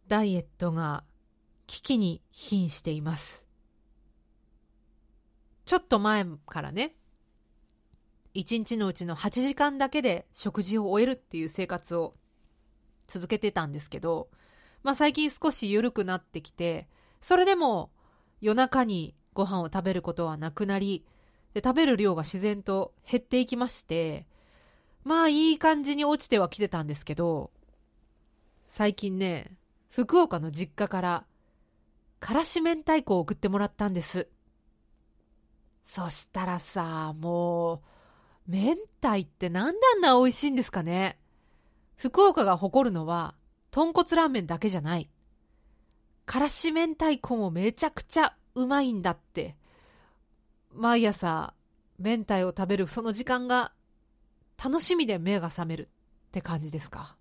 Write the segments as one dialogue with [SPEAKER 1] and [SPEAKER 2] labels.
[SPEAKER 1] ダイエットが危機に瀕しています。ちょっと前からね、1日のうちの8時間だけで食事を終えるっていう生活を続けてたんですけど、最近少し緩くなってきて、それでも夜中にご飯を食べることはなくなり、で食べる量が自然と減っていきまして、いい感じに落ちてはきてたんですけど、最近ね、福岡の実家からからし明太子を送ってもらったんです。そしたらさ、もう明太ってなんであんな美味しいんですかね。福岡が誇るのは豚骨ラーメンだけじゃない。からし明太子もめちゃくちゃうまいんだって。毎朝明太を食べるその時間が楽しみで目が覚めるって感じですか。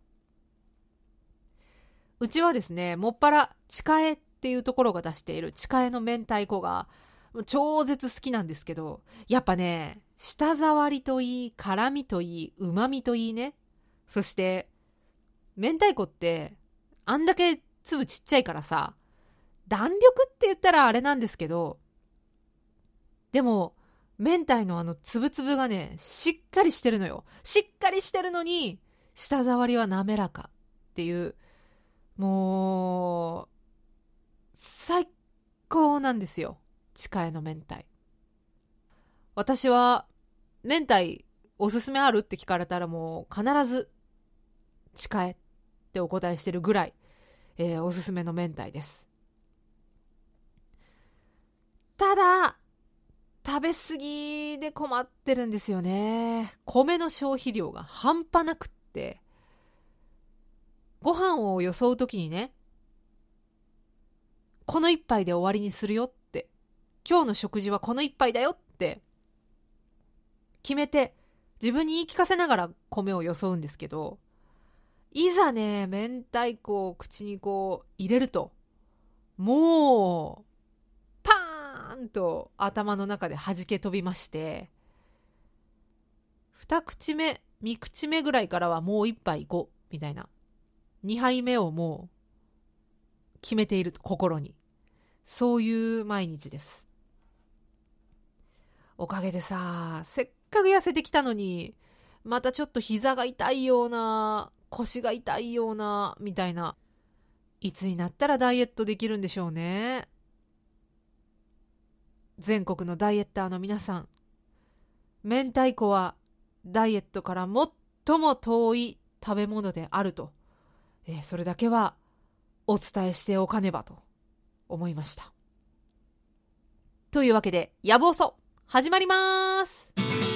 [SPEAKER 1] うちはですね、もっぱら近江っていうところが出している近江の明太子が超絶好きなんですけど、やっぱね、舌触りといい、辛みといい、旨みといいね。そして明太子ってあんだけ粒ちっちゃいからさ、弾力って言ったらあれなんですけど、でも明太のつぶつぶがね、しっかりしてるのよ。しっかりしてるのに舌触りは滑らかっていう、もう最高なんですよ、近江の明太。私は明太おすすめあるって聞かれたらもう必ず近江ってお答えしてるぐらい、おすすめの明太です。ただ食べ過ぎで困ってるんですよね。米の消費量が半端なくって、ご飯をよそうときにね、この一杯で終わりにするよって、今日の食事はこの一杯だよって決めて自分に言い聞かせながら米をよそううんですけど、いざね、明太子を口にこう入れると、もうパーンと頭の中で弾け飛びまして、二口目三口目ぐらいからはもう一杯いこうみたいな、二杯目をもう決めている心に、そういう毎日です。おかげでさ、せっかく痩せてきたのに、またちょっと膝が痛いような、腰が痛いようなみたいな。いつになったらダイエットできるんでしょうね。全国のダイエッターの皆さん、明太子はダイエットから最も遠い食べ物であると、それだけはお伝えしておかねばと思いました。というわけで、野望そ始まります。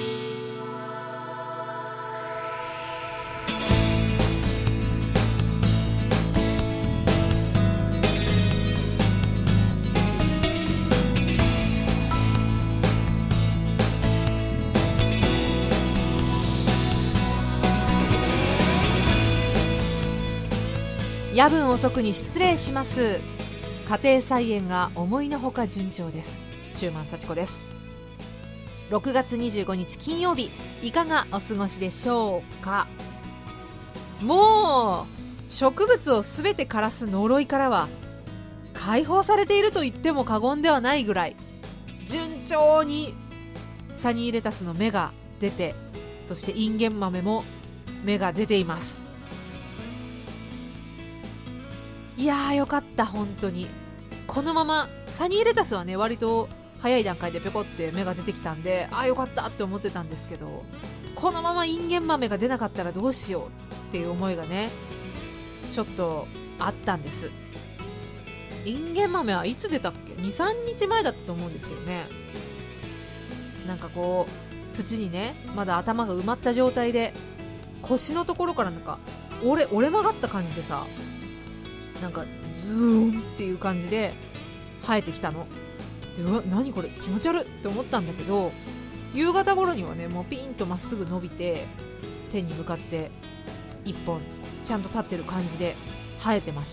[SPEAKER 1] 夜分遅くに失礼します。家庭菜園が思いのほか順調です。中満幸子です。6月25日金曜日、いかがお過ごしでしょうか。もう植物をすべて枯らす呪いからは解放されていると言っても過言ではないぐらい、順調にサニーレタスの芽が出て、そしてインゲン豆も芽が出ています。いやーよかった。本当にこのままサニーレタスはね、割と早い段階でペコって芽が出てきたんで、よかったって思ってたんですけど、このままインゲン豆が出なかったらどうしようっていう思いがね、ちょっとあったんです。インゲン豆はいつ出たっけ、 2,3 日前だったと思うんですけどね。なんかこう土にね、まだ頭が埋まった状態で、腰のところからなんか折れ曲がった感じでさ、なんかズーンっていう感じで生えてきたので、うわ何これ気持ち悪いって思ったんだけど、夕方頃にはね、もうピーンとまっすぐ伸びて、天に向かって一本ちゃんと立ってる感じで生えてました。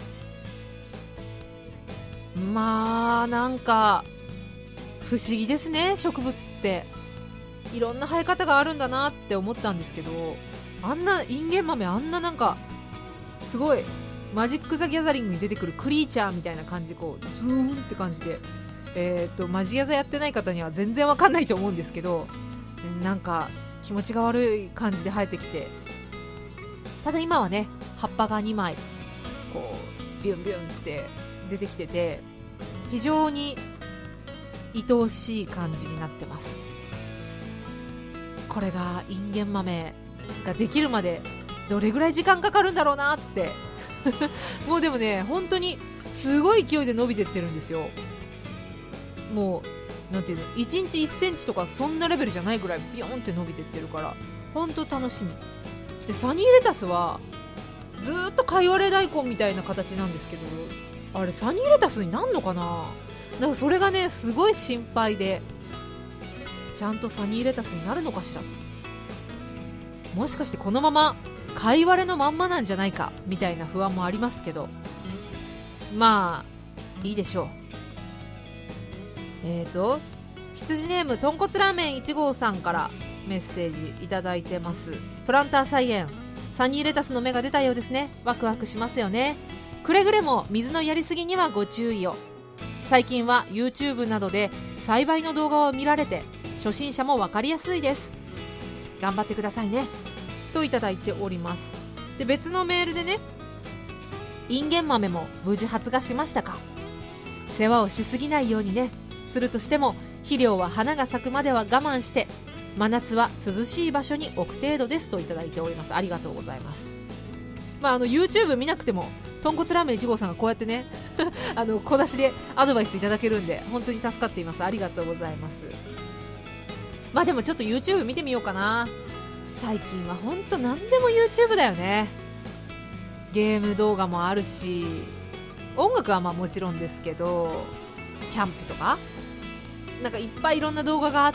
[SPEAKER 1] なんか不思議ですね、植物っていろんな生え方があるんだなって思ったんですけど、あんなインゲン豆、あんななんかすごいマジック・ザ・ギャザリングに出てくるクリーチャーみたいな感じでこうズーンって感じで、マジギャザやってない方には全然わかんないと思うんですけど、なんか気持ちが悪い感じで生えてきて、ただ今はね葉っぱが2枚こうビュンビュンって出てきてて、非常に愛おしい感じになってます。これがインゲン豆ができるまでどれぐらい時間かかるんだろうなってもうでもね本当にすごい勢いで伸びてってるんですよ。もうなんていうの、1日1センチとかそんなレベルじゃないぐらいビヨンって伸びてってるから本当楽しみで、サニーレタスはずーっとかいわれ大根みたいな形なんですけど、あれサニーレタスになんのかな。だからそれがねすごい心配で、ちゃんとサニーレタスになるのかしらと、もしかしてこのままかいわれのまんまなんじゃないかみたいな不安もありますけど、まあいいでしょう。羊ネームとんこつラーメン1号さんからメッセージいただいてます。プランター菜園、サニーレタスの芽が出たようですね。ワクワクしますよね。くれぐれも水のやりすぎにはご注意を。最近は YouTube などで栽培の動画を見られて初心者も分かりやすいです。頑張ってくださいねといただいております。で別のメールでね、インゲン豆も無事発芽しましたか。世話をしすぎないようにね。するとしても肥料は花が咲くまでは我慢して、真夏は涼しい場所に置く程度ですといただいております。ありがとうございます。YouTube 見なくてもとんこつラーメン1号さんがこうやってね小出しでアドバイスいただけるんで本当に助かっています。ありがとうございます。でもちょっと YouTube 見てみようかな。最近は本当何でも YouTube だよね。ゲーム動画もあるし、音楽はもちろんですけど、キャンプとかなんかいっぱいいろんな動画があって、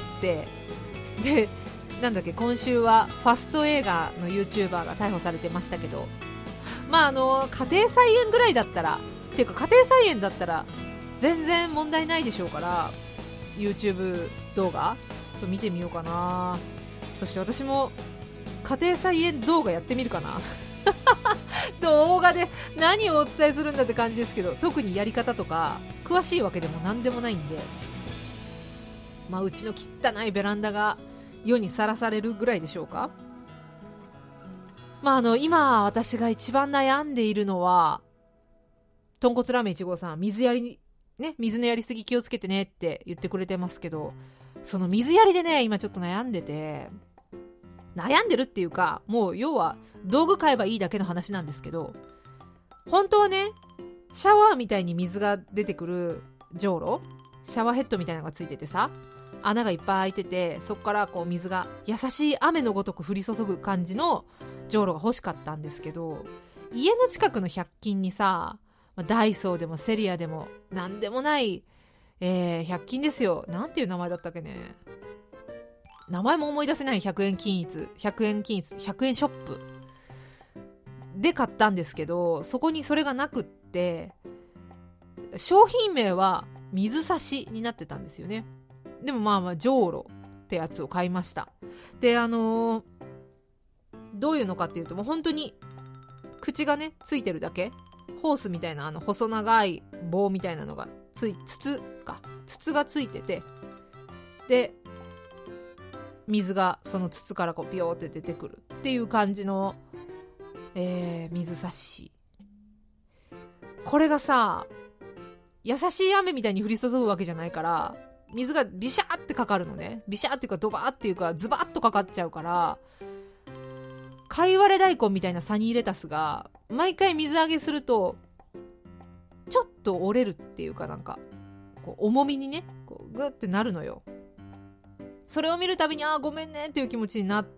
[SPEAKER 1] でなんだっけ、今週はファスト映画の YouTuber が逮捕されてましたけど、家庭菜園ぐらいだったら、っていうか家庭菜園だったら全然問題ないでしょうから、 YouTube 動画ちょっと見てみようかな。そして私も家庭菜園動画やってみるかな動画で何をお伝えするんだって感じですけど、特にやり方とか詳しいわけでも何でもないんで、うちの汚いベランダが世にさらされるぐらいでしょうか。今私が一番悩んでいるのは、とんこつラーメン1号さん、水のやりすぎ気をつけてねって言ってくれてますけど、その水やりでね今ちょっと悩んでるっていうか、もう要は道具買えばいいだけの話なんですけど、本当はねシャワーみたいに水が出てくるじょうろ、シャワーヘッドみたいなのがついててさ、穴がいっぱい開いてて、そこからこう水が優しい雨のごとく降り注ぐ感じのじょうろが欲しかったんですけど、家の近くの100均にさ、ダイソーでもセリアでもなんでもない、100均ですよ。なんていう名前だったっけね、名前も思い出せない。100円均一100円ショップで買ったんですけど、そこにそれがなくって、商品名は水差しになってたんですよね。でもじょうろってやつを買いました。でどういうのかっていうと、もう本当に口がねついてるだけ、ホースみたいな細長い棒みたいなのが筒がついてて、で水がその筒からこうビヨーって出てくるっていう感じの、水差し。これがさ、優しい雨みたいに降り注ぐわけじゃないから、水がビシャーってかかるのね。ビシャーっていうかドバーっていうかズバッとかかっちゃうから、かいわれ大根みたいなサニーレタスが毎回水揚げするとちょっと折れるっていうか、なんかこう重みにねこうグッてなるのよ。それを見るたびにごめんねっていう気持ちになって、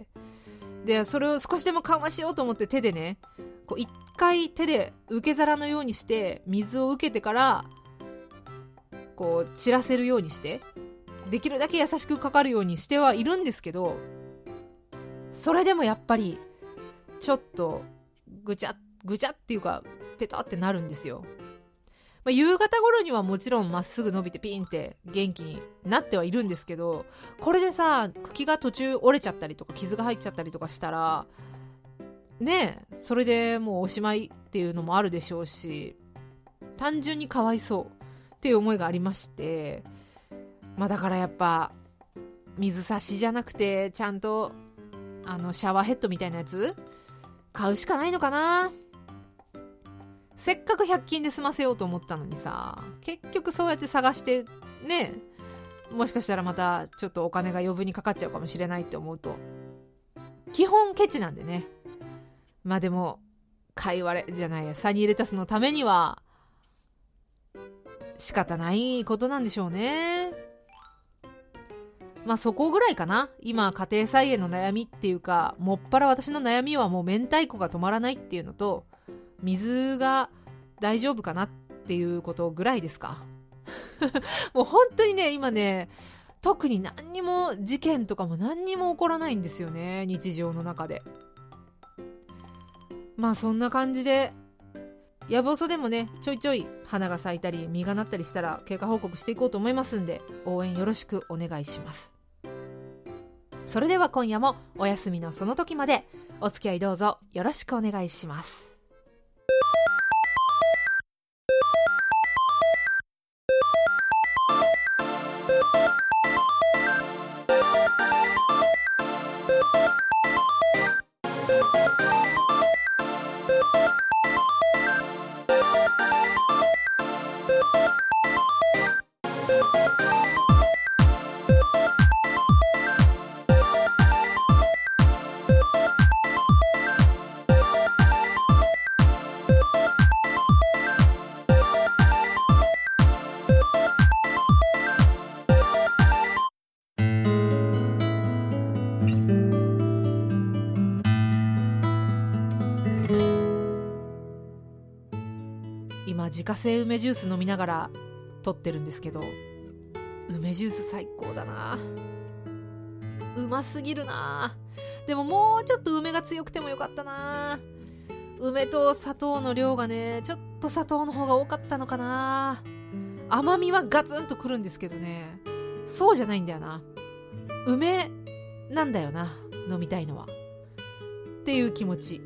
[SPEAKER 1] でそれを少しでも緩和しようと思って手でねこう一回手で受け皿のようにして水を受けてからこう散らせるようにして、できるだけ優しくかかるようにしてはいるんですけど、それでもやっぱりちょっとぐちゃっていうかペタってなるんですよ。夕方頃にはもちろんまっすぐ伸びてピンって元気になってはいるんですけど、これでさ茎が途中折れちゃったりとか傷が入っちゃったりとかしたらねえ、それでもうおしまいっていうのもあるでしょうし、単純にかわいそうっていう思いがありまして、だからやっぱ水差しじゃなくてちゃんとシャワーヘッドみたいなやつ買うしかないのかな。せっかく100均で済ませようと思ったのにさ、結局そうやって探してね、もしかしたらまたちょっとお金が余分にかかっちゃうかもしれないって思うと、基本ケチなんでね。でもカイワレじゃないや、サニーレタスのためには仕方ないことなんでしょうね。そこぐらいかな。今家庭菜園の悩みっていうか、もっぱら私の悩みはもう明太子が止まらないっていうのと、水が大丈夫かなっていうことぐらいですか。もう本当にね、今ね、特に何にも事件とかも何にも起こらないんですよね、日常の中で。そんな感じで、やぶおそでもね、ちょいちょい花が咲いたり実がなったりしたら経過報告していこうと思いますんで、応援よろしくお願いします。それでは今夜もお休みのその時までお付き合いどうぞよろしくお願いします。今自家製梅ジュース飲みながら撮ってるんですけど、梅ジュース最高だな。うますぎるな。でももうちょっと梅が強くてもよかったな。梅と砂糖の量がね、ちょっと砂糖の方が多かったのかな。甘みはガツンとくるんですけどね、そうじゃないんだよな。梅なんだよな、飲みたいのはっていう気持ち。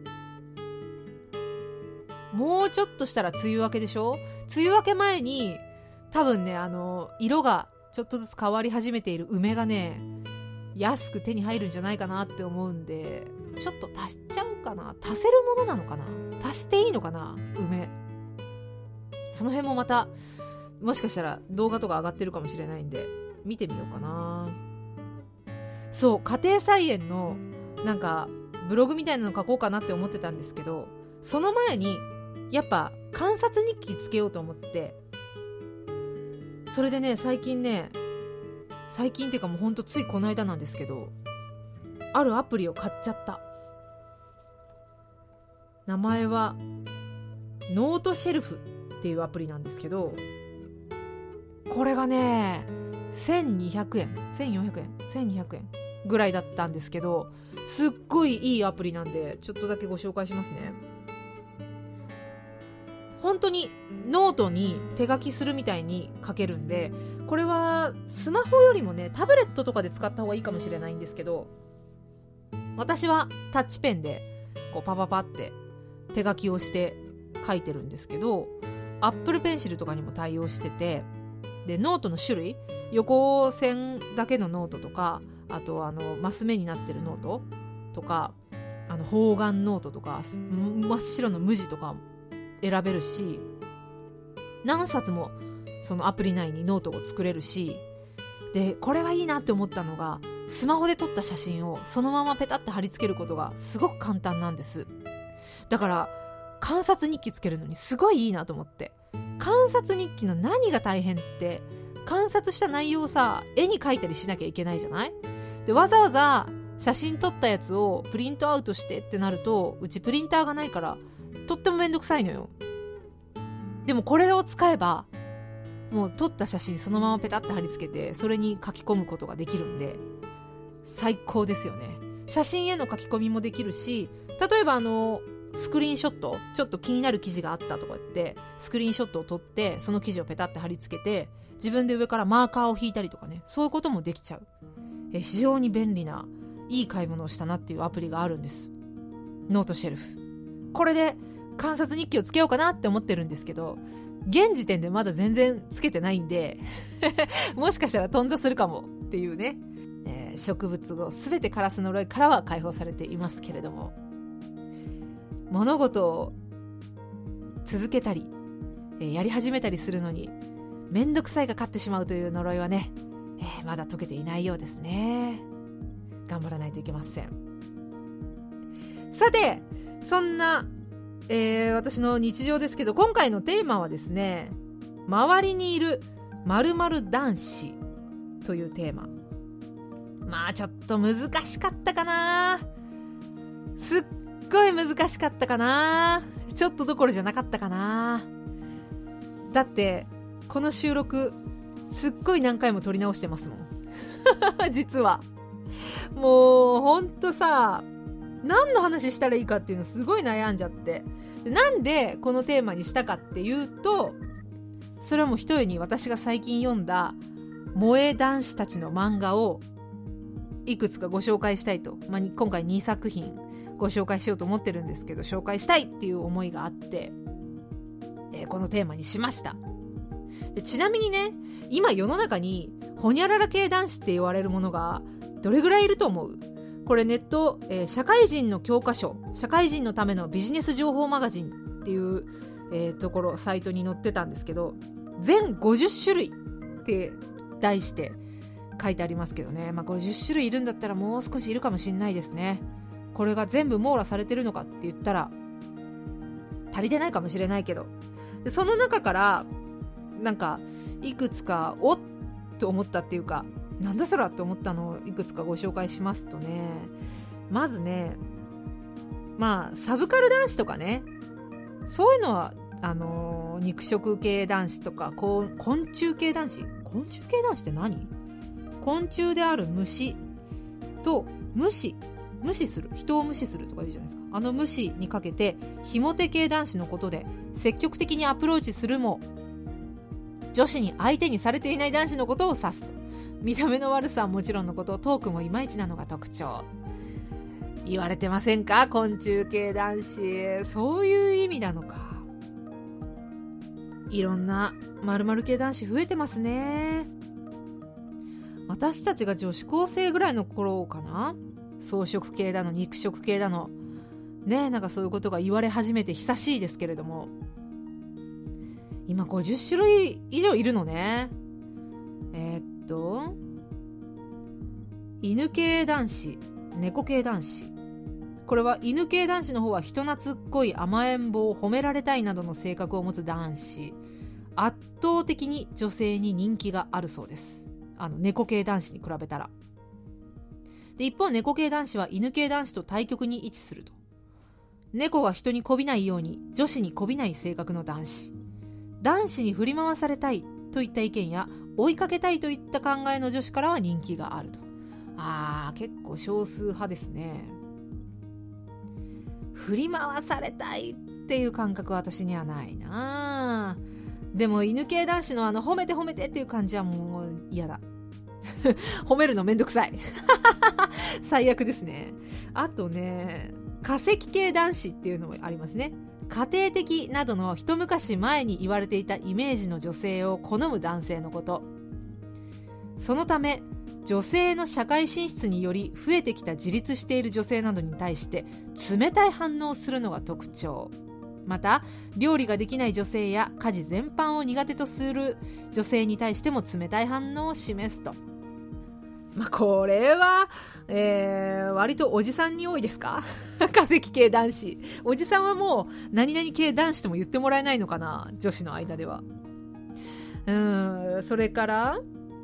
[SPEAKER 1] もうちょっとしたら梅雨明けでしょ。梅雨明け前に多分ね、色がちょっとずつ変わり始めている梅がね、安く手に入るんじゃないかなって思うんで、ちょっと足しちゃうかな。足せるものなのかな、足していいのかな、梅。その辺もまたもしかしたら動画とか上がってるかもしれないんで見てみようかな。そう、家庭菜園のなんかブログみたいなの書こうかなって思ってたんですけど、その前にやっぱ観察日記つけようと思って、それでね、最近っていうかもうほんとついこの間なんですけど、あるアプリを買っちゃった。名前はノートシェルフっていうアプリなんですけど、これがね1200円1400円1200円ぐらいだったんですけど、すっごいいいアプリなんでちょっとだけご紹介しますね。本当にノートに手書きするみたいに書けるんで、これはスマホよりもねタブレットとかで使った方がいいかもしれないんですけど、私はタッチペンでこうパパパって手書きをして書いてるんですけど、アップルペンシルとかにも対応してて、でノートの種類、横線だけのノートとか、あとマス目になってるノートとか、方眼ノートとか真っ白の無地とか選べるし、何冊もそのアプリ内にノートを作れるし、でこれがいいなって思ったのが、スマホで撮った写真をそのままペタッて貼り付けることがすごく簡単なんです。だから観察日記つけるのにすごいいいなと思って。観察日記の何が大変って、観察した内容をさ、絵に描いたりしなきゃいけないじゃない。でわざわざ写真撮ったやつをプリントアウトしてってなると、うちプリンターがないからとってもめんどくさいのよ。でもこれを使えば、もう撮った写真そのままペタッて貼り付けて、それに書き込むことができるんで最高ですよね。写真への書き込みもできるし、例えばスクリーンショット、ちょっと気になる記事があったとか言ってスクリーンショットを撮ってその記事をペタッて貼り付けて、自分で上からマーカーを引いたりとかね、そういうこともできちゃう。非常に便利ないい買い物をしたなっていうアプリがあるんです。 ノートシェルフ、これで観察日記をつけようかなって思ってるんですけど、現時点でまだ全然つけてないんでもしかしたら頓挫するかもっていうね、植物を全て枯らす呪いからは解放されていますけれども、物事を続けたり、やり始めたりするのにめんどくさいが勝ってしまうという呪いはね、まだ解けていないようですね。頑張らないといけません。さて、そんな、私の日常ですけど、今回のテーマはですね、周りにいる〇〇男子というテーマ。まあちょっと難しかったかな、すっごい難しかったかな、ちょっとどころじゃなかったかな。だってこの収録すっごい何回も撮り直してますもん実はもうほんとさ、何の話したらいいかっていうのすごい悩んじゃって、でなんでこのテーマにしたかっていうと、それはもうひとえに私が最近読んだ萌え男子たちの漫画をいくつかご紹介したいと、今回2作品ご紹介しようと思ってるんですけど、紹介したいっていう思いがあって、このテーマにしました。でちなみにね、今世の中にホニャララ系男子って言われるものがどれぐらいいると思う？これネット、社会人の教科書、社会人のためのビジネス情報マガジンっていう、サイトに載ってたんですけど、全50種類って題して書いてありますけどね、50種類いるんだったらもう少しいるかもしれないですね。これが全部網羅されてるのかって言ったら足りてないかもしれないけど、でその中からなんかいくつかおっと思ったっていうか、なんだそらって思ったのをいくつかご紹介しますとね、まずね、サブカル男子とかね、そういうのは肉食系男子とか昆虫系男子って何？昆虫である虫と無視する、人を無視するとか言うじゃないですか。無視にかけてひも手系男子のことで、積極的にアプローチするも女子に相手にされていない男子のことを指すと。見た目の悪さはもちろんのこと、トークもいまいちなのが特徴。言われてませんか？昆虫系男子、そういう意味なのか。いろんな〇〇系男子増えてますね。私たちが女子高生ぐらいの頃かな、草食系だの肉食系だのね、なんかそういうことが言われ始めて久しいですけれども、今50種類以上いるのね。犬系男子、猫系男子。これは犬系男子の方は人懐っこい、甘えん坊、褒められたいなどの性格を持つ男子。圧倒的に女性に人気があるそうです。猫系男子に比べたら。で、一方猫系男子は犬系男子と対極に位置すると。猫が人に媚びないように女子に媚びない性格の男子。男子に振り回されたいといった意見や追いかけたいといった考えの女子からは人気があると。結構少数派ですね。振り回されたいっていう感覚は私にはないな。でも犬系男子の褒めて褒めてっていう感じはもう嫌だ褒めるのめんどくさい最悪ですね。あとね、化石系男子っていうのもありますね。家庭的などの一昔前に言われていたイメージの女性を好む男性のこと。そのため女性の社会進出により増えてきた自立している女性などに対して冷たい反応をするのが特徴。また料理ができない女性や家事全般を苦手とする女性に対しても冷たい反応を示すと。これは、割とおじさんに多いですか化石系男子。おじさんはもう何々系男子とも言ってもらえないのかな、女子の間では。それから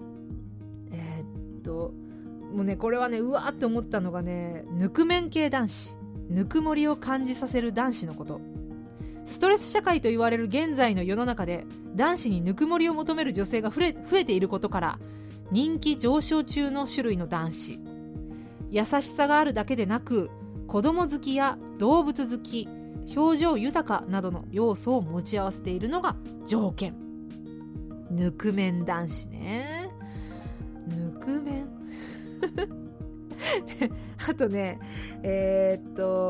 [SPEAKER 1] もうね、これはね、うわーって思ったのがね、ぬくめん系男子。ぬくもりを感じさせる男子のこと。ストレス社会と言われる現在の世の中で男子にぬくもりを求める女性が増えていることから人気上昇中の種類の男子。優しさがあるだけでなく子供好きや動物好き、表情豊かなどの要素を持ち合わせているのが条件。ぬくめん男子ね。ぬくめんあとね、こ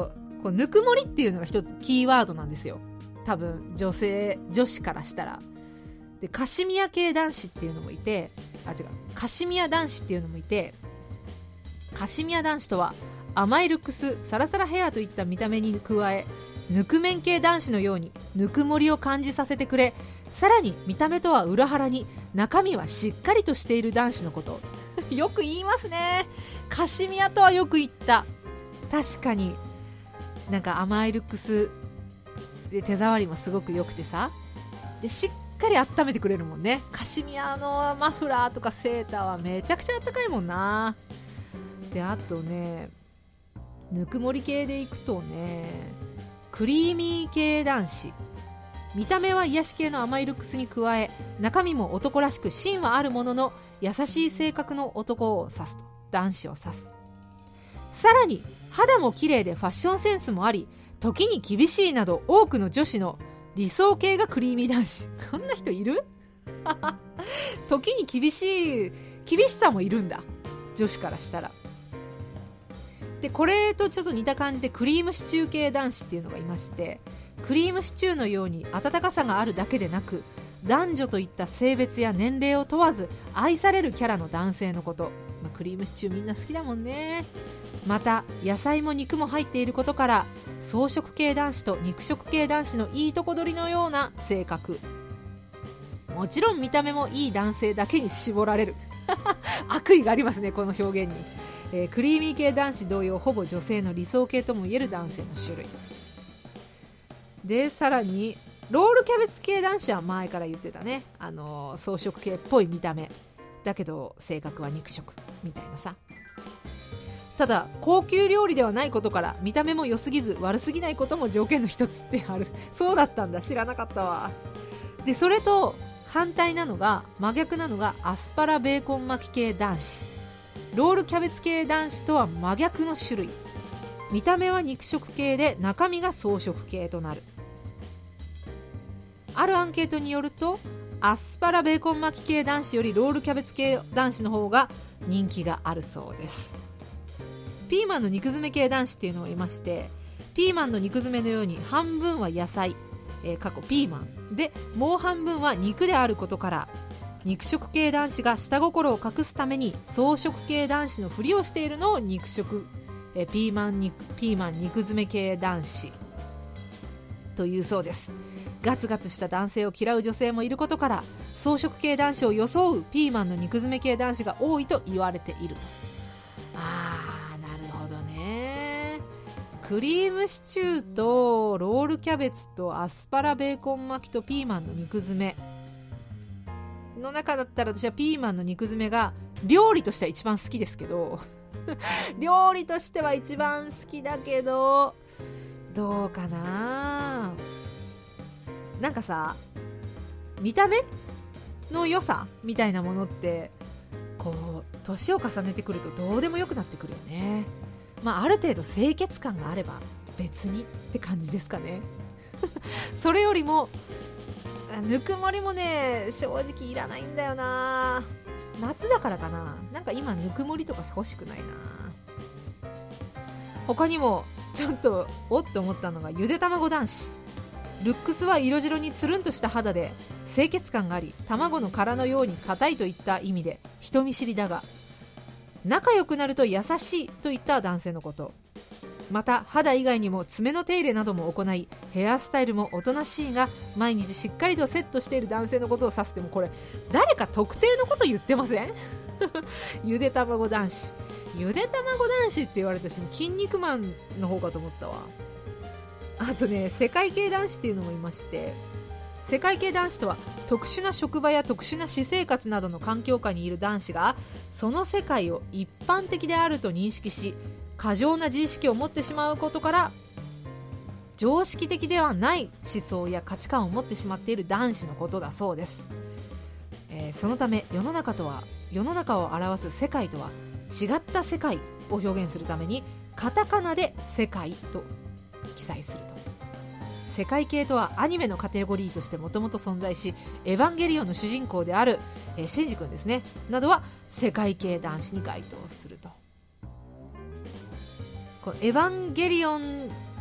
[SPEAKER 1] こうぬくもりっていうのが一つキーワードなんですよ、多分女子からしたら。でカシミヤ系男子っていうのもいて、カシミヤ男子っていうのもいて、カシミヤ男子とは甘いルックス、サラサラヘアといった見た目に加え、ぬくめん系男子のようにぬくもりを感じさせてくれ、さらに見た目とは裏腹に中身はしっかりとしている男子のことよく言いますね。カシミヤとはよく言った。確かになんか甘いルックスで手触りもすごく良くてさ、でしっかり温めてくれるもんね。カシミヤのマフラーとかセーターはめちゃくちゃあったかいもんな。であとね、ぬくもり系でいくとね、クリーミー系男子、見た目は癒し系の甘いルックスに加え、中身も男らしく芯はあるものの優しい性格の男を指すと、男子を指す。さらに肌も綺麗でファッションセンスもあり、時に厳しいなど多くの女子の理想系がクリーミー男子。こんな人いる時に厳しさもいるんだ、女子からしたら。でこれとちょっと似た感じでクリームシチュー系男子っていうのがいまして、クリームシチューのように温かさがあるだけでなく、男女といった性別や年齢を問わず愛されるキャラの男性のこと、クリームシチューみんな好きだもんね。また野菜も肉も入っていることから、草食系男子と肉食系男子のいいとこ取りのような性格。もちろん見た目もいい男性だけに絞られる悪意がありますね、この表現に。クリーミー系男子同様、ほぼ女性の理想系ともいえる男性の種類で、さらにロールキャベツ系男子は前から言ってたね、草食系っぽい見た目だけど性格は肉食みたいなさ。ただ高級料理ではないことから、見た目も良すぎず悪すぎないことも条件の一つってある。そうだったんだ、知らなかったわ。でそれと反対なのが、真逆なのがアスパラベーコン巻き系男子。ロールキャベツ系男子とは真逆の種類。見た目は肉食系で中身が草食系となる。あるアンケートによると、アスパラベーコン巻き系男子よりロールキャベツ系男子の方が人気があるそうです。ピーマンの肉詰め系男子っていうのがいまして、ピーマンの肉詰めのように半分は野菜、過去ピーマンで、もう半分は肉であることから、肉食系男子が下心を隠すために草食系男子のふりをしているのを肉食、ピーマン肉詰め系男子というそうです。ガツガツした男性を嫌う女性もいることから、草食系男子を装うピーマンの肉詰め系男子が多いと言われていると。なるほどね。クリームシチューとロールキャベツとアスパラベーコン巻きとピーマンの肉詰めの中だったら、私はピーマンの肉詰めが料理としては一番好きですけど料理としては一番好きだけど、どうかな。なんかさ、見た目の良さみたいなものってこう年を重ねてくるとどうでもよくなってくるよね。ある程度清潔感があれば別にって感じですかねそれよりもぬくもりもね、正直いらないんだよな。夏だからかな。なんか今ぬくもりとか欲しくないな。他にもちょっとおって思ったのが、ゆで卵男子。ルックスは色白につるんとした肌で清潔感があり、卵の殻のように硬いといった意味で人見知りだが、仲良くなると優しいといった男性のこと。また肌以外にも爪の手入れなども行い、ヘアスタイルもおとなしいが毎日しっかりとセットしている男性のことを指す。でもこれ誰か特定のこと言ってませんゆで卵男子。ゆで卵男子って言われたし、筋肉マンの方かと思ったわ。あとね、世界系男子っていうのもいまして、世界系男子とは特殊な職場や特殊な私生活などの環境下にいる男子が、その世界を一般的であると認識し、過剰な自意識を持ってしまうことから、常識的ではない思想や価値観を持ってしまっている男子のことだそうです。そのため世の中を表す世界とは違った世界を表現するために、カタカナで世界と記載すると。世界系とはアニメのカテゴリーとしてもともと存在し、エヴァンゲリオンの主人公である、シンジ君ですねなどは世界系男子に該当すると。このエヴァンゲリオン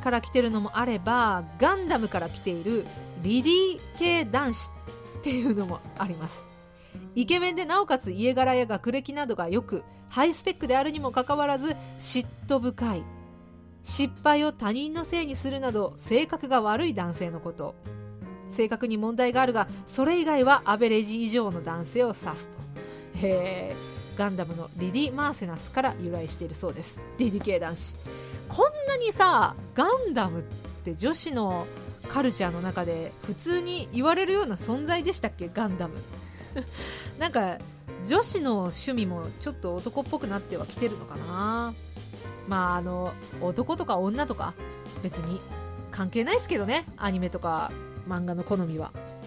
[SPEAKER 1] から来てるのもあれば、ガンダムから来ているリディ系男子っていうのもあります。イケメンでなおかつ家柄や学歴などがよくハイスペックであるにもかかわらず嫉妬深い、失敗を他人のせいにするなど性格が悪い男性のこと。性格に問題があるがそれ以外はアベレージ以上の男性を指すと。ガンダムのリディ・マーセナスから由来しているそうです。リディ系男子、こんなにさ、ガンダムって女子のカルチャーの中で普通に言われるような存在でしたっけ、ガンダムなんか女子の趣味もちょっと男っぽくなってはきてるのかな。まあ男とか女とか別に関係ないですけどね、アニメとか漫画の好みは。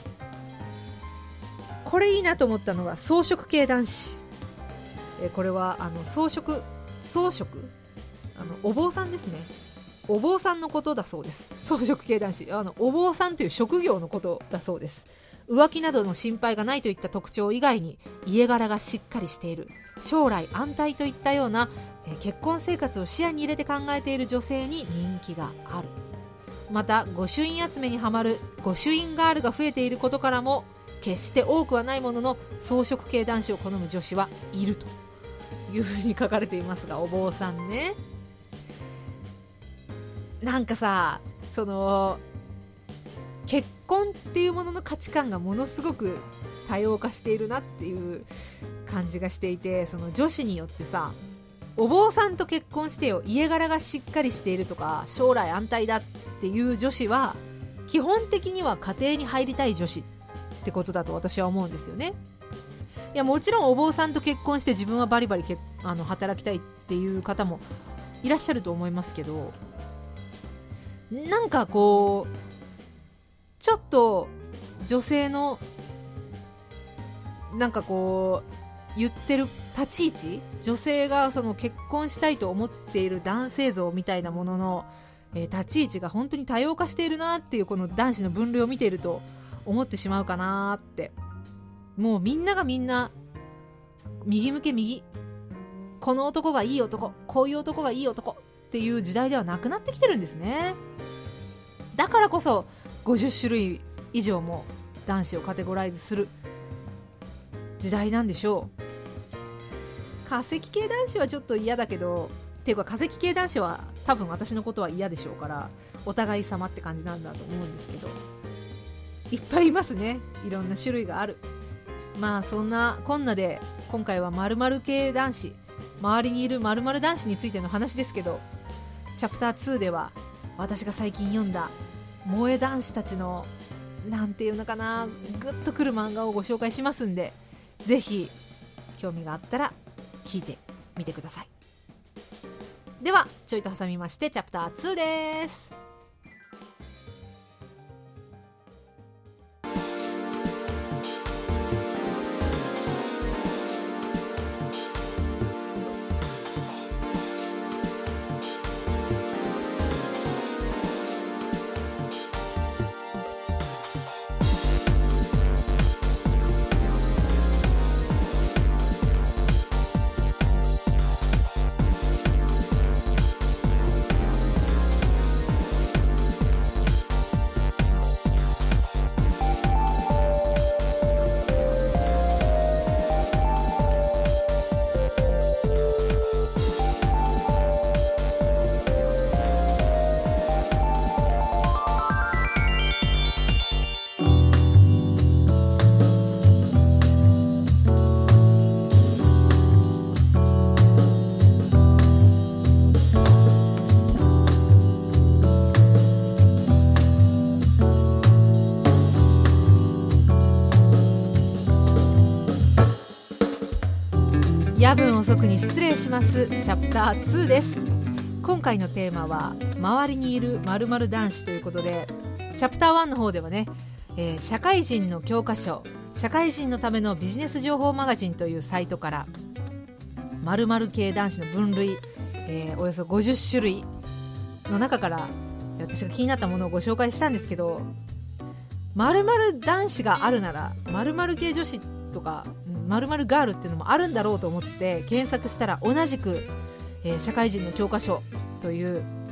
[SPEAKER 1] これいいなと思ったのが草食系男子。これは草食お坊さんですね。お坊さんのことだそうです。草食系男子、お坊さんという職業のことだそうです。浮気などの心配がないといった特徴以外に家柄がしっかりしている、将来安泰といったような結婚生活を視野に入れて考えている女性に人気がある。また御朱印集めにはまる御朱印ガールが増えていることからも決して多くはないものの草食系男子を好む女子はいるというふうに書かれていますが、お坊さんね。なんかさ、結婚っていうものの価値観がものすごく多様化しているなっていう感じがしていて、その女子によってさ、お坊さんと結婚してよ、家柄がしっかりしているとか将来安泰だっていう女子は基本的には家庭に入りたい女子ってことだと私は思うんですよね。いや、もちろんお坊さんと結婚して自分はバリバリ働きたいっていう方もいらっしゃると思いますけど、なんかこうちょっと女性のなんかこう言ってる立ち位置、女性がその結婚したいと思っている男性像みたいなものの、立ち位置が本当に多様化しているなっていう、この男子の分類を見ていると思ってしまうかなって。もうみんながみんな右向け右、この男がいい男、こういう男がいい男っていう時代ではなくなってきてるんですね。だからこそ50種類以上も男子をカテゴライズする時代なんでしょう。化石系男子はちょっと嫌だけど、っていうか化石系男子は多分私のことは嫌でしょうから、お互い様って感じなんだと思うんですけど、いっぱいいますね、いろんな種類がある。まあそんなこんなで今回は〇〇系男子、周りにいる〇〇男子についての話ですけど、チャプター2では私が最近読んだ萌え男子たちのなんていうのかな、グッとくる漫画をご紹介しますんで、ぜひ興味があったら聞いてみてください。ではちょいと挟みましてチャプター2です。夜分遅くに失礼します。チャプター2です。今回のテーマは周りにいる〇〇男子ということで、チャプター1の方ではね、社会人の教科書、社会人のためのビジネス情報マガジンというサイトから〇〇系男子の分類、およそ50種類の中から私が気になったものをご紹介したんですけど、〇〇男子があるなら〇〇系女子とか〇〇ガールっていうのもあるんだろうと思って検索したら、同じく、社会人の教科書という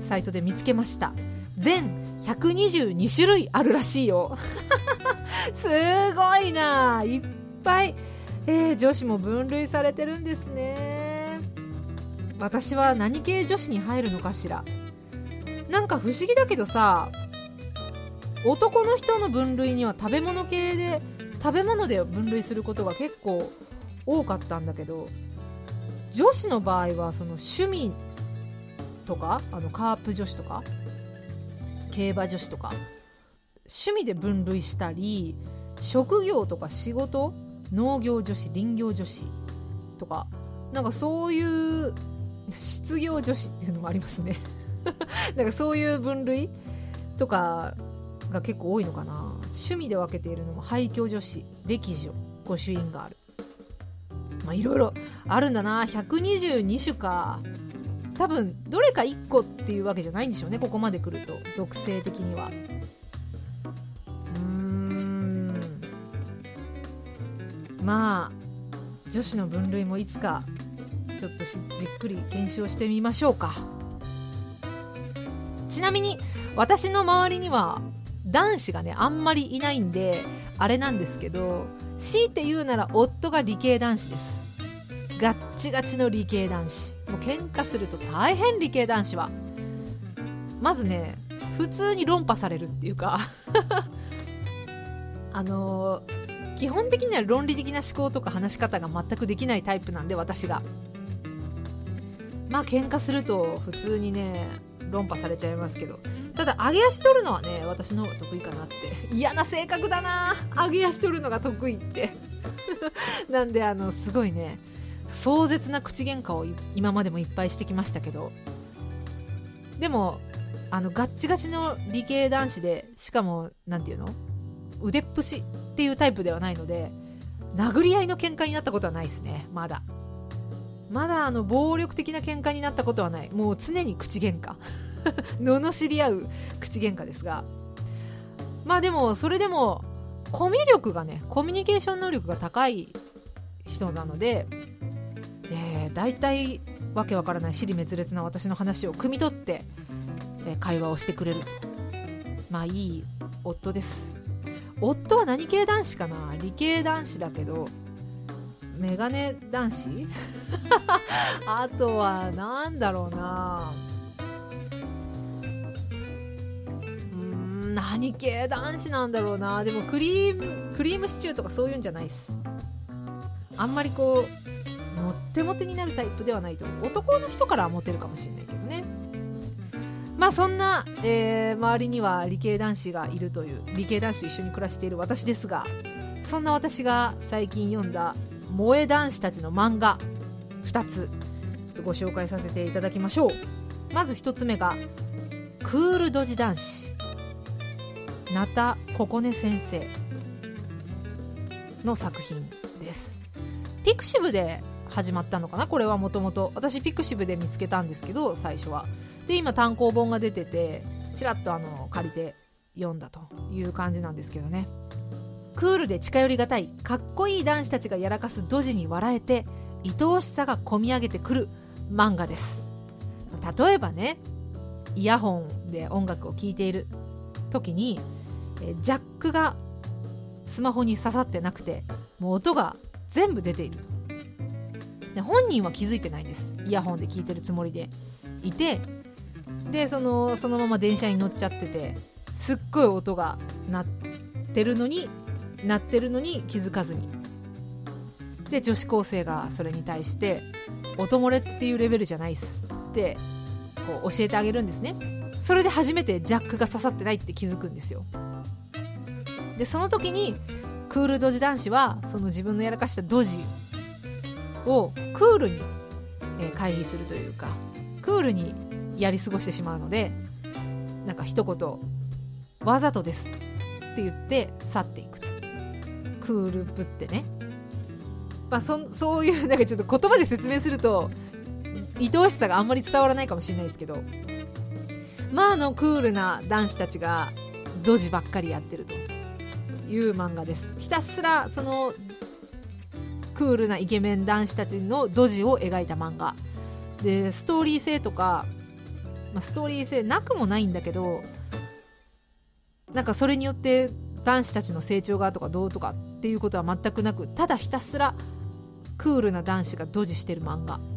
[SPEAKER 1] サイトで見つけました。全122種類あるらしいよすごいな、いっぱい、女子も分類されてるんですね。私は何系女子に入るのかしら。なんか不思議だけどさ、男の人の分類には食べ物で分類することが結構多かったんだけど、女子の場合はその趣味とかカープ女子とか競馬女子とか趣味で分類したり、職業とか仕事、農業女子、林業女子とか、なんかそういう失業女子っていうのもありますねなんかそういう分類とかが結構多いのかな。趣味で分けているのも廃墟女子、歴女、御朱印がある。まあいろいろあるんだな。122種か。多分どれか1個っていうわけじゃないんでしょうね、ここまで来ると。属性的にはまあ女子の分類もいつかちょっとじっくり検証してみましょうか。ちなみに私の周りには男子がねあんまりいないんであれなんですけど、強いて言うなら夫が理系男子です。ガッチガチの理系男子。もう喧嘩すると大変、理系男子は。まずね、普通に論破されるっていうか基本的には論理的な思考とか話し方が全くできないタイプなんで、私がまあ喧嘩すると普通にね論破されちゃいますけど、ただ上げ足取るのはね私の方が得意かなって。嫌な性格だな、上げ足取るのが得意ってなんですごいね壮絶な口喧嘩を今までもいっぱいしてきましたけど、でもガッチガチの理系男子で、しかもなんていうの、腕っぷしっていうタイプではないので、殴り合いの喧嘩になったことはないですね。まだ暴力的な喧嘩になったことはない。もう常に口喧嘩罵り合う口喧嘩ですが、まあでもそれでもコミュニケーション能力が高い人なので、だいたいわけわからない尻滅裂な私の話を汲み取って、会話をしてくれると。まあいい夫です。夫は何系男子かな。理系男子だけどメガネ男子あとはなんだろうな、何系男子なんだろうな。でもクリームシチューとかそういうんじゃないっす。あんまりこうモテモテになるタイプではないと思う。男の人からはモテるかもしれないけどね。まあそんな、周りには理系男子がいるという、理系男子と一緒に暮らしている私ですが、そんな私が最近読んだ萌え男子たちの漫画2つちょっとご紹介させていただきましょう。まず1つ目がクールドジ男子、ナタ・ココネ先生の作品です。ピクシブで始まったのかな、これは。もともと私ピクシブで見つけたんですけど、最初は。で今単行本が出ててちらっと借りて読んだという感じなんですけどね。クールで近寄りがたいかっこいい男子たちがやらかすドジに笑えて愛おしさがこみ上げてくる漫画です。例えばね、イヤホンで音楽を聴いている時にジャックがスマホに刺さってなくて、もう音が全部出ていると。で本人は気づいてないんです。イヤホンで聴いてるつもりでいて、でそのまま電車に乗っちゃってて、すっごい音が鳴ってるのに気づかずに、で女子高生がそれに対して音漏れっていうレベルじゃないっすってこう教えてあげるんですね。それで初めてジャックが刺さってないって気づくんですよ。でその時にクールドジ男子はその自分のやらかしたドジをクールに回避するというか、クールにやり過ごしてしまうので、なんか一言わざとですって言って去っていくと。クールぶってね、まあ、そういうなんかちょっと言葉で説明すると愛おしさがあんまり伝わらないかもしれないですけど、まあクールな男子たちがドジばっかりやってるという漫画です。ひたすらそのクールなイケメン男子たちのドジを描いた漫画で、ストーリー性とかストーリー性なくもないんだけど、なんかそれによって男子たちの成長がとかどうとかっていうことは全くなく、ただひたすらクールな男子がドジしてる漫画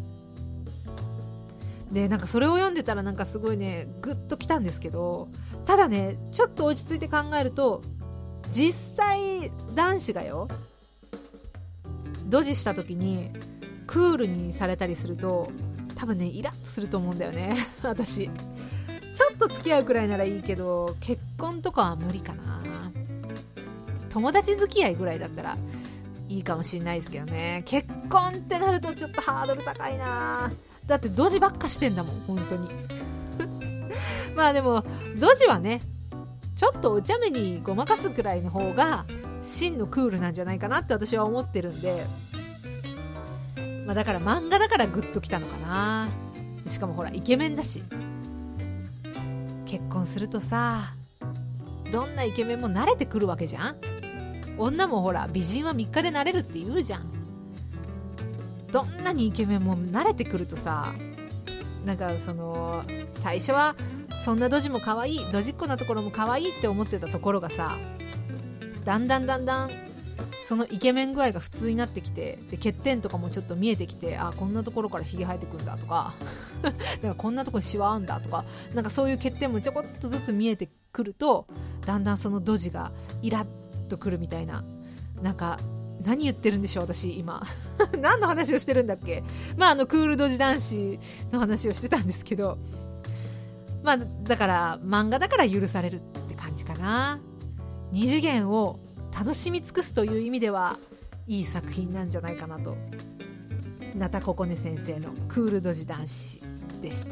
[SPEAKER 1] で、なんかそれを読んでたらなんかすごいねグッときたんですけど、ただねちょっと落ち着いて考えると、実際男子がよドジした時にクールにされたりすると多分ねイラッとすると思うんだよね私ちょっと付き合うくらいならいいけど、結婚とかは無理かな。友達付き合いぐらいだったらいいかもしれないですけどね、結婚ってなるとちょっとハードル高いな。だってドジばっかしてんだもん本当にまあでもドジはねちょっとお茶目にごまかすくらいの方が真のクールなんじゃないかなって私は思ってるんで、まあだから漫画だからグッときたのかな。しかもほらイケメンだし、結婚するとさどんなイケメンも慣れてくるわけじゃん。女もほら美人は3日で慣れるって言うじゃん。どんなにイケメンも慣れてくるとさ、なんかその最初はそんなドジも可愛い、ドジっ子なところも可愛いって思ってたところがさ、だんだんそのイケメン具合が普通になってきて、で欠点とかもちょっと見えてきて、あこんなところからヒゲ生えてくんだとかなんかこんなところにシワあんだとか、なんかそういう欠点もちょこっとずつ見えてくると、だんだんそのドジがイラッとくるみたいな。なんか何言ってるんでしょう私今何の話をしてるんだっけ。まあクールドジ男子の話をしてたんですけど、まあだから漫画だから許されるって感じかな。二次元を楽しみ尽くすという意味ではいい作品なんじゃないかなと。ナタココネ先生のクールドジ男子でした。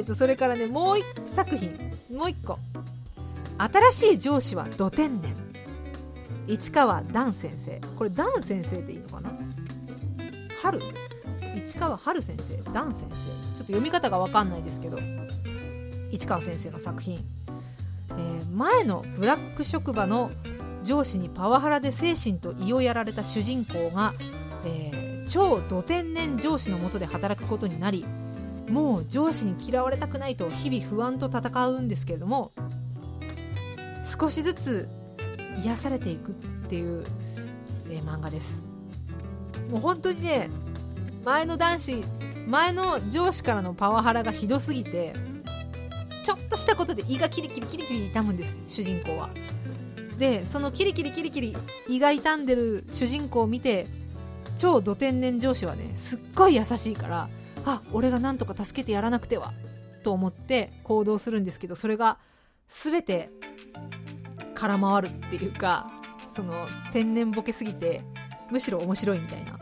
[SPEAKER 1] それからねもう一個、新しい上司はド天然、市川段先生。これ段先生でいいのかな、市川春先生、段先生、ちょっと読み方が分かんないですけど、市川先生の作品、前のブラック職場の上司にパワハラで精神と胃をやられた主人公が、超ド天然上司の下で働くことになり、もう上司に嫌われたくないと日々不安と戦うんですけれども、少しずつ癒されていくっていう、漫画です。もう本当にね、前の上司からのパワハラがひどすぎて、ちょっとしたことで胃がキリキリ痛むんです主人公は。でそのキリキリ胃が痛んでる主人公を見て、超ド天然上司はねすっごい優しいから、あ俺がなんとか助けてやらなくてはと思って行動するんですけど、それが全て空回るっていうか、その天然ボケすぎてむしろ面白いみたいな。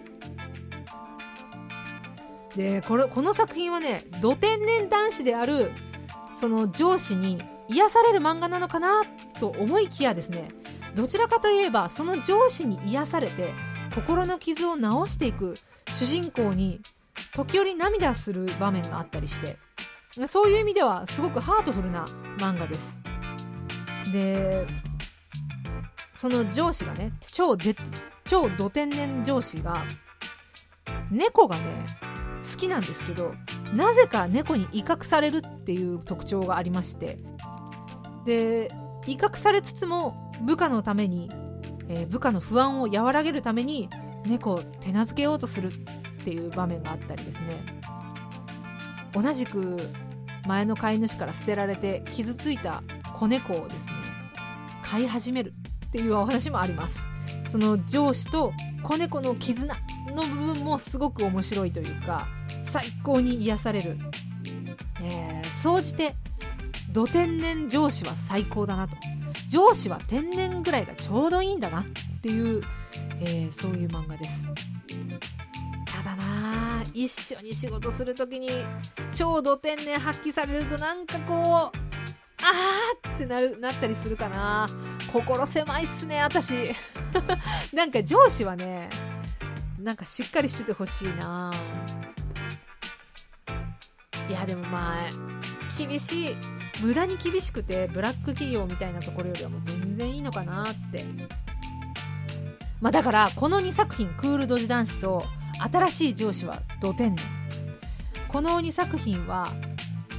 [SPEAKER 1] でこの作品はね、ド天然男子であるその上司に癒される漫画なのかなと思いきやですね、どちらかといえばその上司に癒されて心の傷を治していく主人公に時折涙する場面があったりして、そういう意味ではすごくハートフルな漫画です。でその上司がね、超ド天然上司が猫がね好きなんですけど、なぜか猫に威嚇されるっていう特徴がありまして、で威嚇されつつも部下のために、部下の不安を和らげるために猫を手なずけようとするっていう場面があったりですね、同じく前の飼い主から捨てられて傷ついた子猫をですね飼い始めるっていうお話もあります。その上司と子猫の絆の部分もすごく面白いというか、最高に癒される、総じてド天然上司は最高だなと、上司は天然ぐらいがちょうどいいんだなっていう、そういう漫画です。ただな、一緒に仕事するときに超ド天然発揮されるとなんかこうってなったりするかな。心狭いっすね私なんか上司はね、なんかしっかりしててほしいな。いやでもまあ厳しい、無駄に厳しくてブラック企業みたいなところよりはもう全然いいのかなって。まあだからこの2作品、クールドジ男子と新しい上司はド天然、この2作品は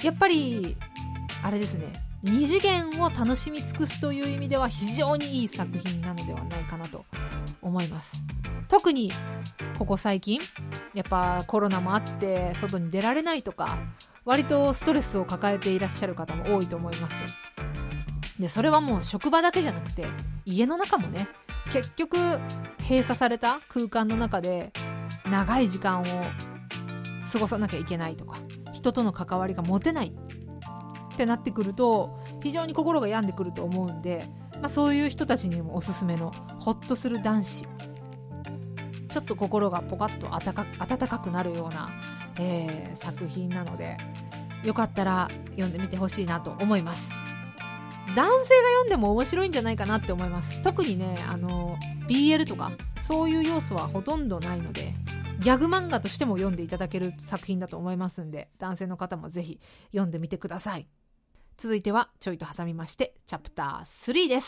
[SPEAKER 1] やっぱりあれですね、二次元を楽しみ尽くすという意味では非常にいい作品なのではないかなと思います。特にここ最近やっぱコロナもあって外に出られないとか、割とストレスを抱えていらっしゃる方も多いと思います。でそれはもう職場だけじゃなくて家の中もね、結局閉鎖された空間の中で長い時間を過ごさなきゃいけないとか、人との関わりが持てないってなってくると非常に心が病んでくると思うんで、そういう人たちにもおすすめのホッとする男子、ちょっと心がポカッと温かくなるような、作品なので、よかったら読んでみてほしいなと思います。男性が読んでも面白いんじゃないかなって思います。特にね、BL とかそういう要素はほとんどないので、ギャグ漫画としても読んでいただける作品だと思いますんで、男性の方もぜひ読んでみてください。続いてはちょいと挟みましてチャプター3です。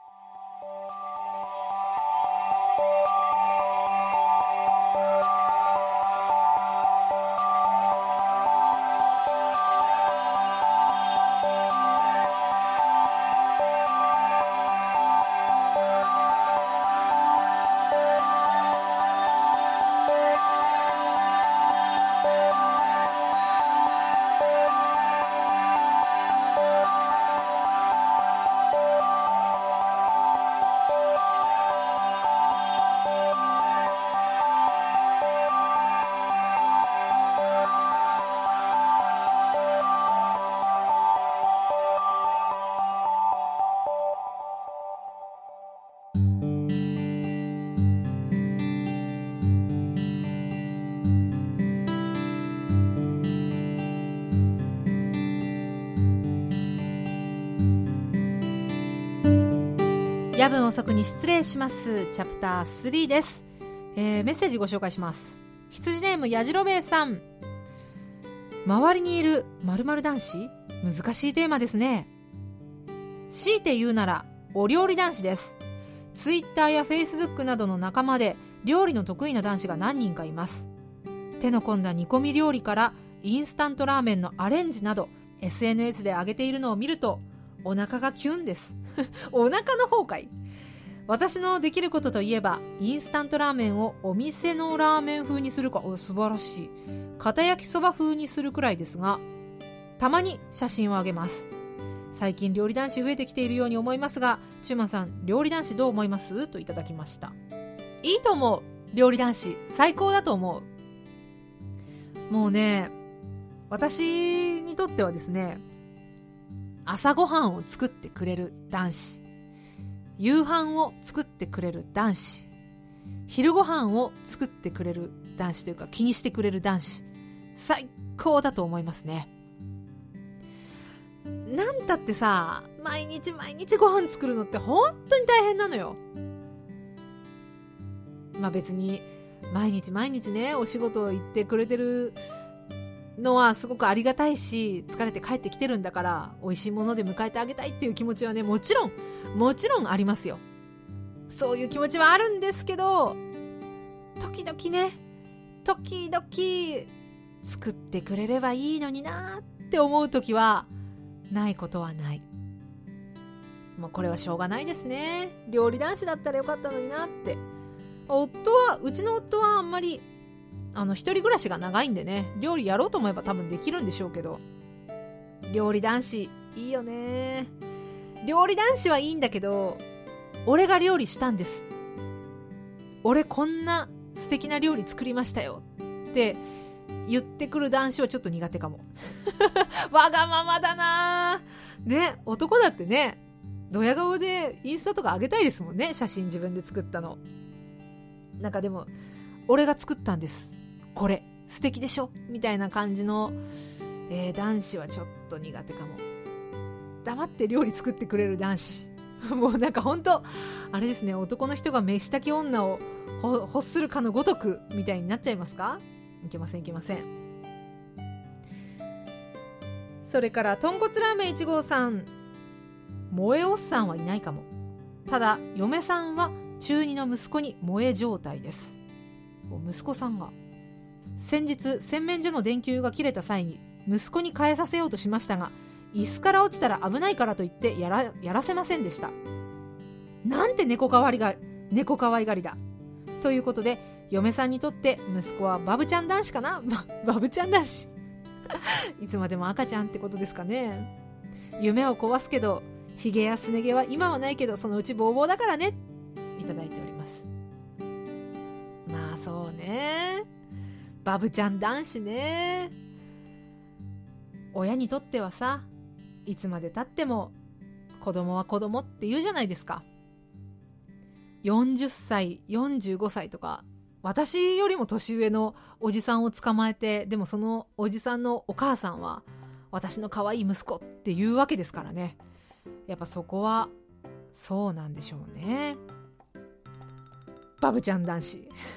[SPEAKER 1] 夜分遅くに失礼します。チャプター3です。メッセージご紹介します。羊ネームやじろべえさん。周りにいる〇〇男子、難しいテーマですね。強いて言うならお料理男子です。ツイッターやフェイスブックなどの仲間で料理の得意な男子が何人かいます。手の込んだ煮込み料理からインスタントラーメンのアレンジなど SNS で上げているのを見るとお腹がキュンですお腹の方かい。私のできることといえばインスタントラーメンをお店のラーメン風にするか、素晴らしい。片焼きそば風にするくらいですが、たまに写真をあげます。最近料理男子増えてきているように思いますが、チューマンさん料理男子どう思いますといただきました。いいと思う。料理男子最高だと思う。もうね、私にとってはですね、朝ごはんを作ってくれる男子、夕飯を作ってくれる男子、昼ご飯を作ってくれる男子というか気にしてくれる男子、最高だと思いますね。なんたってさ、毎日ご飯作るのって本当に大変なのよ。別に毎日ね、お仕事を行ってくれてるのはすごくありがたいし、疲れて帰ってきてるんだから美味しいもので迎えてあげたいっていう気持ちはね、もちろんありますよ。そういう気持ちはあるんですけど、時々作ってくれればいいのになって思う時はないことはない。もうこれはしょうがないですね。料理男子だったらよかったのになって。うちの夫はあんまり一人暮らしが長いんでね、料理やろうと思えば多分できるんでしょうけど、料理男子いいよね。料理男子はいいんだけど、俺が料理したんです、俺こんな素敵な料理作りましたよって言ってくる男子はちょっと苦手かもわがままだなね。男だってね、ドヤ顔でインスタとか上げたいですもんね、写真自分で作ったの。なんかでも俺が作ったんです、これ素敵でしょみたいな感じの、男子はちょっと苦手かも。黙って料理作ってくれる男子もうなんかほんとあれですね、男の人が飯炊き女を欲するかのごとくみたいになっちゃいますか。いけません。それから豚骨ラーメン1号さん、萌えおっさんはいないかも。ただ嫁さんは中2の息子に萌え状態です。息子さんが先日洗面所の電球が切れた際に息子に変えさせようとしましたが、椅子から落ちたら危ないからと言ってやらせませんでした。なんて猫かわいがりだ。ということで、嫁さんにとって息子はバブちゃん男子かな。バブちゃん男子いつまでも赤ちゃんってことですかね。夢を壊すけどひげやすね毛は今はないけどそのうちボーボーだからね、いただいております。まあそうね、バブちゃん男子ね。親にとってはさ、いつまでたっても子供は子供って言うじゃないですか。40歳45歳とか、私よりも年上のおじさんを捕まえて、でもそのおじさんのお母さんは私の可愛い息子っていうわけですからね。やっぱそこはそうなんでしょうね。バブちゃん男子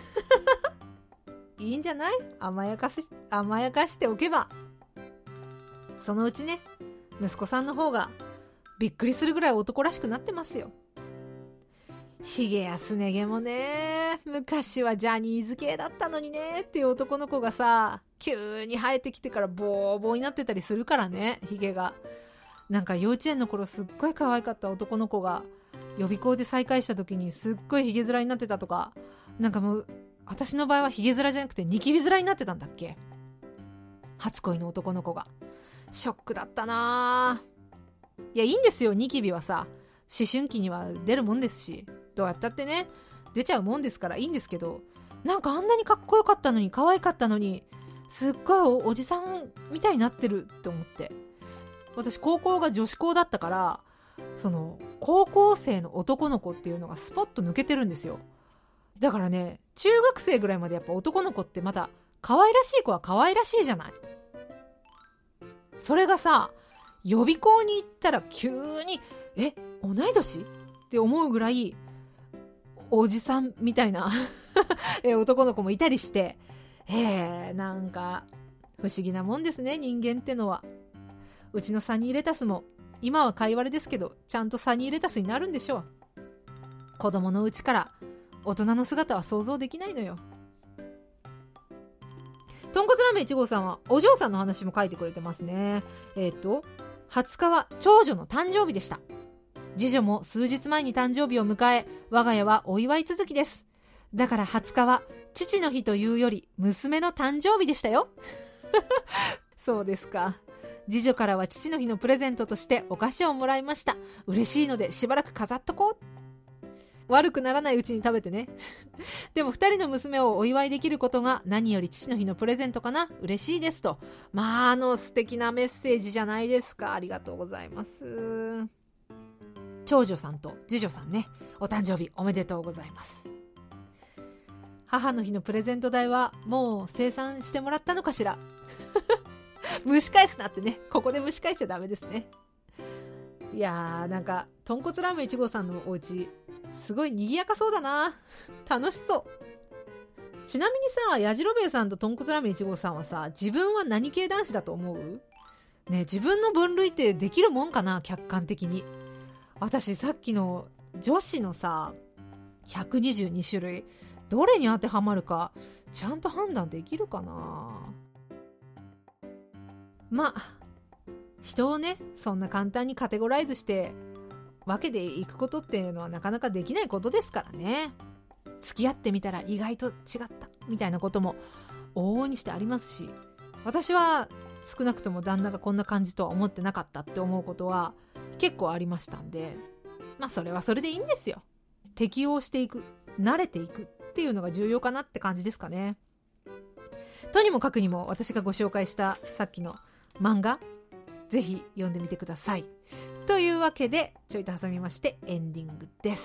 [SPEAKER 1] いいんじゃない？甘やかしておけば、そのうちね、息子さんの方がびっくりするぐらい男らしくなってますよ。ひげやすね毛もね、昔はジャニーズ系だったのにねっていう男の子がさ、急に生えてきてからボーボーになってたりするからね、ひげが。なんか幼稚園の頃すっごい可愛かった男の子が予備校で再会した時にすっごいひげ面になってたとか、なんかもう私の場合はひげ面じゃなくてニキビ面になってたんだっけ、初恋の男の子が。ショックだったな。いや、いいんですよ、ニキビはさ思春期には出るもんですし、どうやったってね出ちゃうもんですからいいんですけど、なんかあんなにかっこよかったのに可愛かったのにすっごいおじさんみたいになってるって思って。私高校が女子校だったから、その高校生の男の子っていうのがスポッと抜けてるんですよ。だからね、中学生ぐらいまでやっぱ男の子ってまだ可愛らしい子は可愛らしいじゃない。それがさ、予備校に行ったら急に同い年って思うぐらいおじさんみたいな男の子もいたりして、なんか不思議なもんですね、人間ってのは。うちのサニーレタスも今はかいわれですけど、ちゃんとサニーレタスになるんでしょう。子供のうちから大人の姿は想像できないのよ。とんこつラーメン1号さんはお嬢さんの話も書いてくれてますね。20日は長女の誕生日でした。次女も数日前に誕生日を迎え、我が家はお祝い続きです。だから20日は父の日というより娘の誕生日でしたよそうですか。次女からは父の日のプレゼントとしてお菓子をもらいました。嬉しいのでしばらく飾っとこう。悪くならないうちに食べてねでも2人の娘をお祝いできることが何より父の日のプレゼントかな。嬉しいですと。まあ素敵なメッセージじゃないですか。ありがとうございます。長女さんと次女さんね、お誕生日おめでとうございます。母の日のプレゼント代はもう生産してもらったのかしら蒸し返すなってね、ここで蒸し返しちゃダメですね。いやー、なんか豚骨ラーメン1号さんのお家すごい賑やかそうだな。楽しそう。ちなみにさ、やじろべえさんと豚骨ラーメン1号さんはさ、自分は何系男子だと思う？ね、自分の分類ってできるもんかな、客観的に。私さっきの女子のさ122種類どれに当てはまるかちゃんと判断できるかな。まあ人をね、そんな簡単にカテゴライズして分けていくことっていうのはなかなかできないことですからね。付き合ってみたら意外と違ったみたいなことも往々にしてありますし、私は少なくとも旦那がこんな感じとは思ってなかったって思うことは結構ありましたんで、まあそれはそれでいいんですよ。適応していく、慣れていくっていうのが重要かなって感じですかね。とにもかくにも私がご紹介したさっきの漫画ぜひ読んでみてください。というわけでちょいと挟みましてエンディングです。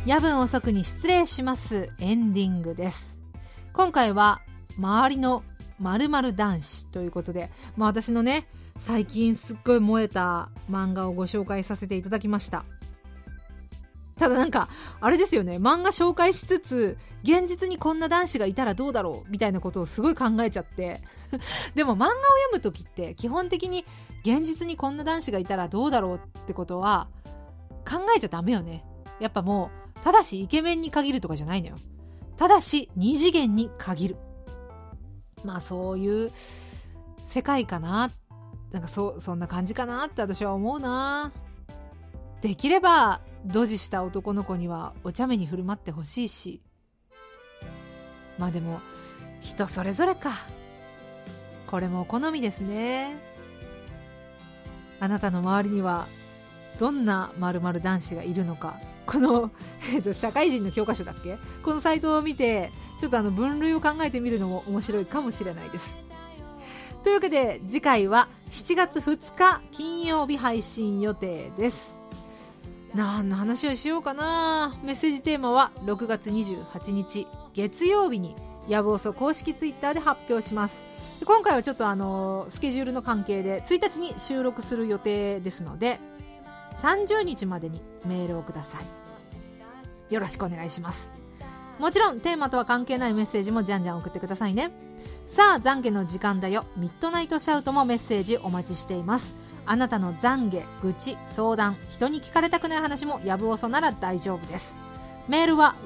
[SPEAKER 1] 夜分遅くに失礼します。エンディングです。今回は周りの〇〇男子ということで、私のね最近すっごい燃えた漫画をご紹介させていただきました。ただなんかあれですよね、漫画紹介しつつ現実にこんな男子がいたらどうだろうみたいなことをすごい考えちゃってでも漫画を読むときって基本的に現実にこんな男子がいたらどうだろうってことは考えちゃダメよね。やっぱもうただしイケメンに限るとかじゃないのよ。ただし二次元に限る。そういう世界かな。なんかそんな感じかなって私は思うな。できればドジした男の子にはお茶目に振る舞ってほしいし、でも人それぞれか。これも好みですね。あなたの周りにはどんな〇〇男子がいるのか、この、社会人の教科書だっけ、このサイトを見てちょっと分類を考えてみるのも面白いかもしれないです。というわけで次回は7月2日金曜日配信予定です。何の話をしようかな。メッセージテーマは6月28日月曜日にやぶおそ公式ツイッターで発表します。今回はちょっとスケジュールの関係で1日に収録する予定ですので、30日までにメールをください。よろしくお願いします。もちろんテーマとは関係ないメッセージもじゃんじゃん送ってくださいね。さあ懺悔の時間だよ。ミッドナイトシャウトもメッセージお待ちしています。あなたの懺悔、愚痴、相談、人に聞かれたくない話もやぶおそなら大丈夫です。メールは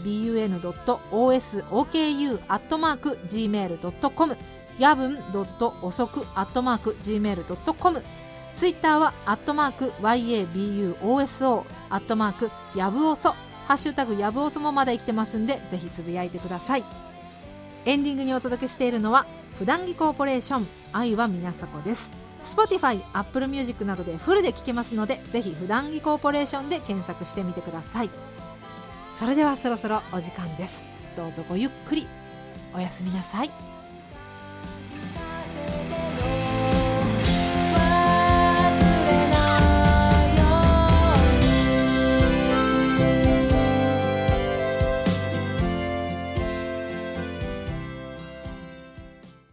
[SPEAKER 1] yabun.osoku@gmail.com やぶん.osoku@gmail.com ツイッターは@yabuosoやぶおそハッシュタグやぶおそもまだ生きてますんで、ぜひつぶやいてください。エンディングにお届けしているのは普段着コーポレーション愛はみなさこです。Spotify、Apple Music などでフルで聴けますので、ぜひ普段着コーポレーションで検索してみてください。それではそろそろお時間です。どうぞごゆっくりおやすみなさい。